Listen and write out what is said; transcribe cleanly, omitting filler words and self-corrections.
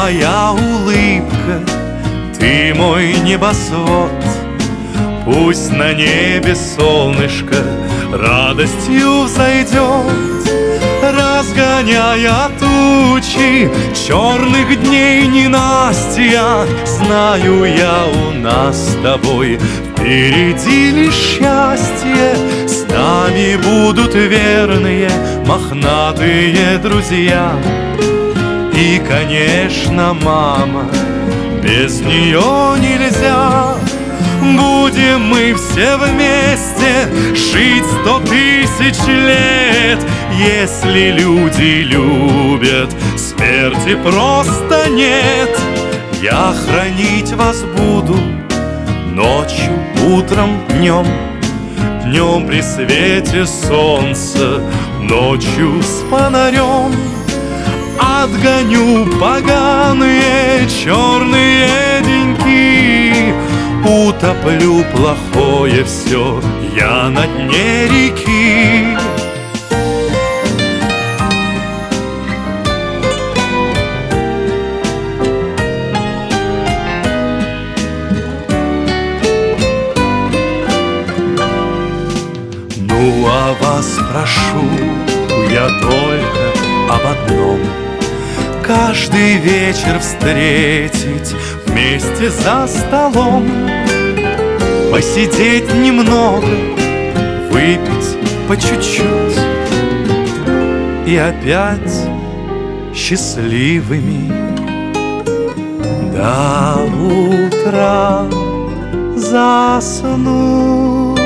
моя улыбка, ты мой небосвод. Пусть на небе солнышко радостью взойдет, разгоняя тучи черных дней ненастья. Знаю я, у нас с тобой впереди лишь счастье. С нами будут верные мохнатые друзья. И, конечно, мама, без нее нельзя. Будем мы все вместе жить 100 000 лет. Если люди любят, смерти просто нет. Я хранить вас буду ночью, утром, днем. Днем при свете солнца, ночью с фонарем. Отгоню поганые черные деньки, утоплю плохое все я на дне реки. Ну, а вас прошу я только об одном: каждый вечер встретить вместе за столом, посидеть немного, выпить по чуть-чуть и опять счастливыми до утра заснуть.